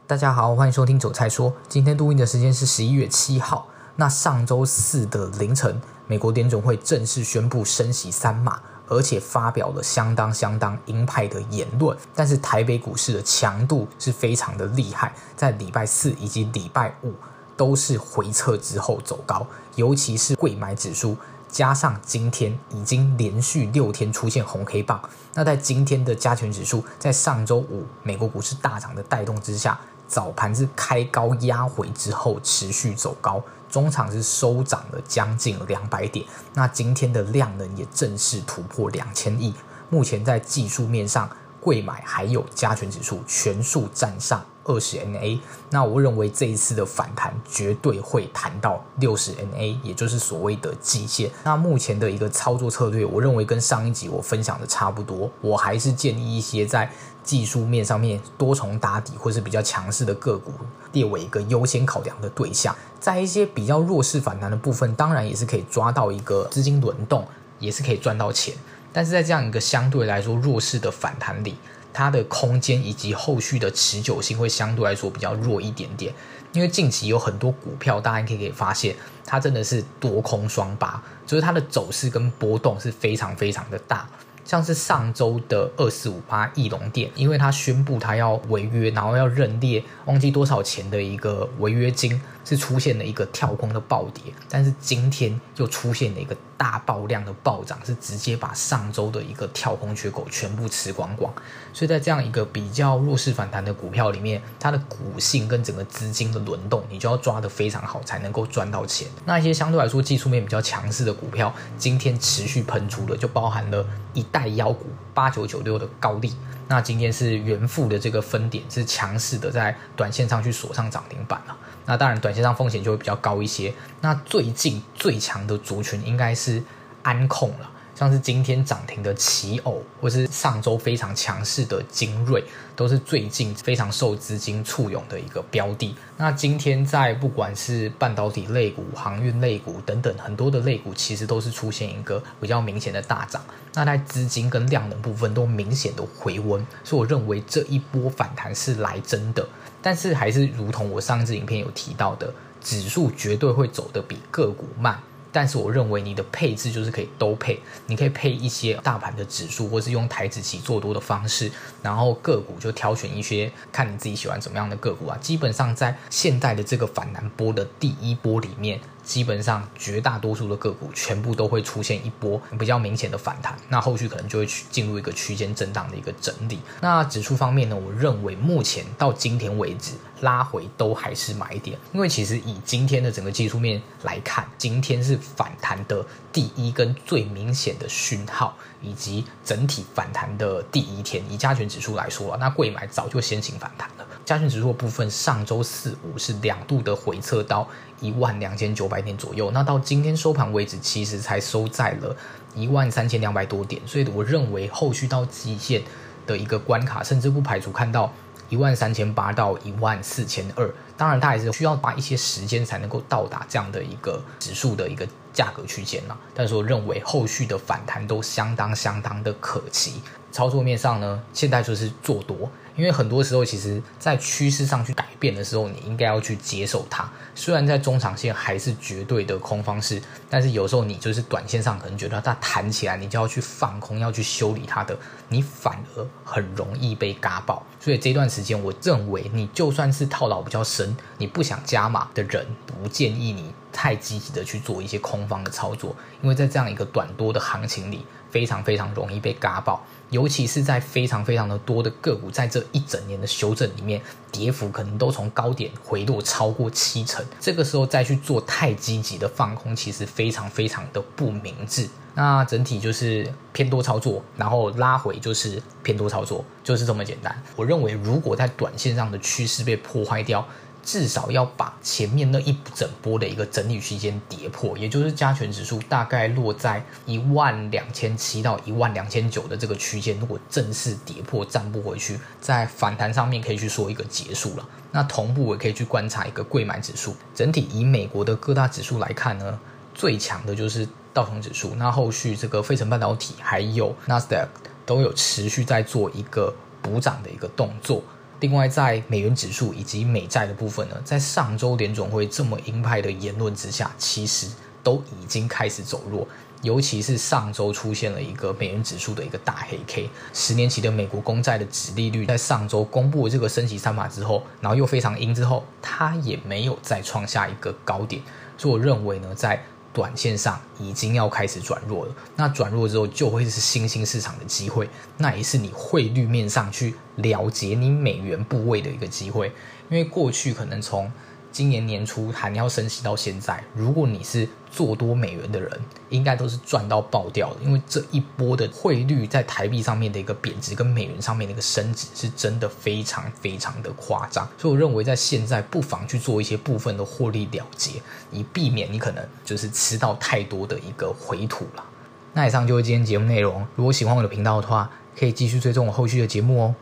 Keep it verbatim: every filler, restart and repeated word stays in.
大家好，欢迎收听韭菜说。今天录音的时间是十一月七号。那上周四的凌晨，美国联准会正式宣布升息三码，而且发表了相当相当鹰派的言论。但是台北股市的强度是非常的厉害，在礼拜四以及礼拜五都是回撤之后走高，尤其是柜买指数。加上今天已经连续六天出现红 K 棒，那在今天的加权指数在上周五美国股市大涨的带动之下，早盘是开高压回之后持续走高，中场是收涨了将近两百点。那今天的量能也正式突破两千亿，目前在技术面上，柜买还有加权指数全数站上二十 N A， 那我认为这一次的反弹绝对会弹到六十 N A， 也就是所谓的季线。那目前的一个操作策略，我认为跟上一集我分享的差不多，我还是建议一些在技术面上面多重打底或是比较强势的个股列为一个优先考量的对象。在一些比较弱势反弹的部分，当然也是可以抓到一个资金轮动，也是可以赚到钱。但是在这样一个相对来说弱势的反弹里，它的空间以及后续的持久性会相对来说比较弱一点点。因为近期有很多股票，大家可以发现它真的是多空双八，就是它的走势跟波动是非常非常的大。像是上周的二四五八义隆电，因为它宣布它要违约，然后要认列忘记多少钱的一个违约金，是出现了一个跳空的暴跌，但是今天又出现了一个大爆量的暴涨，是直接把上周的一个跳空缺口全部吃光光。所以在这样一个比较弱势反弹的股票里面，它的股性跟整个资金的轮动，你就要抓得非常好，才能够赚到钱。那一些相对来说技术面比较强势的股票，今天持续喷出的就包含了一代妖股八九九六的高力，那今天是元富的这个分点是强势的在短线上去锁上涨停板了。那当然短线上风险就会比较高一些。那最近最强的族群应该是安控了，像是今天涨停的奇偶，或是上周非常强势的精锐，都是最近非常受资金簇拥的一个标的。那今天在不管是半导体类股、航运类股等等很多的类股，其实都是出现一个比较明显的大涨。那在资金跟量能部分都明显的回温，所以我认为这一波反弹是来真的。但是还是如同我上一支影片有提到的，指数绝对会走得比个股慢。但是我认为你的配置就是可以都配，你可以配一些大盘的指数，或是用台指期做多的方式，然后个股就挑选一些看你自己喜欢什么样的个股啊。基本上在现代的这个反弹波的第一波里面，基本上绝大多数的个股全部都会出现一波比较明显的反弹，那后续可能就会进入一个区间震荡的一个整理。那指数方面呢，我认为目前到今天为止拉回都还是买点，因为其实以今天的整个技术面来看，今天是反弹的第一根最明显的讯号，以及整体反弹的第一天。以加权指数来说，那柜买早就先行反弹了。加权指数的部分，上周四五是两度的回测到一万两千九百点左右，那到今天收盘为止，其实才收在了一万三千两百多点，所以我认为后续到季线的一个关卡，甚至不排除看到一万三千八到一万四千二，当然它还是需要花一些时间才能够到达这样的一个指数的一个价格区间啦。但是我认为后续的反弹都相当相当的可期。操作面上呢，现在就是做多，因为很多时候其实在趋势上去改变的时候，你应该要去接受它。虽然在中长线还是绝对的空方式，但是有时候你就是短线上可能觉得它弹起来，你就要去放空，要去修理它的，你反而很容易被嘎爆。所以这段时间我认为你就算是套牢比较深，你不想加码的人，不建议你太积极的去做一些空方的操作，因为在这样一个短多的行情里，非常非常容易被嘎爆。尤其是在非常非常的多的个股在这一整年的修正里面，跌幅可能都从高点回落超过七成，这个时候再去做太积极的放空，其实非常非常的不明智。那整体就是偏多操作，然后拉回就是偏多操作，就是这么简单。我认为如果在短线上的趋势被破坏掉，至少要把前面那一整波的一个整理区间跌破，也就是加权指数大概落在一万两千七到一万两千九的这个区间，如果正式跌破站不回去，在反弹上面可以去说一个结束了。那同步也可以去观察一个柜买指数，整体以美国的各大指数来看呢，最强的就是道琼指数，那后续这个费城半导体还有 Nasdaq 都有持续在做一个补涨的一个动作。 另外，在美元指数以及美债的部分呢，在上周联准会这么鹰派的言论之下，其实都已经开始走弱。尤其是上周出现了一个美元指数的一个大黑 K， 十年期的美国公债的殖利率在上周公布了这个升息三码之后，然后又非常鹰之后，它也没有再创下一个高点，所以我认为呢，在短线上已经要开始转弱了。那转弱之后就会是新兴市场的机会，那也是你汇率面上去了解你美元部位的一个机会。因为过去可能从今年年初喊要升息到现在，如果你是做多美元的人，应该都是赚到爆掉的。因为这一波的汇率在台币上面的一个贬值跟美元上面的一个升值是真的非常非常的夸张，所以我认为在现在不妨去做一些部分的获利了结，以避免你可能就是吃到太多的一个回吐啦。那以上就是今天节目内容，如果喜欢我的频道的话，可以继续追踪我后续的节目哦。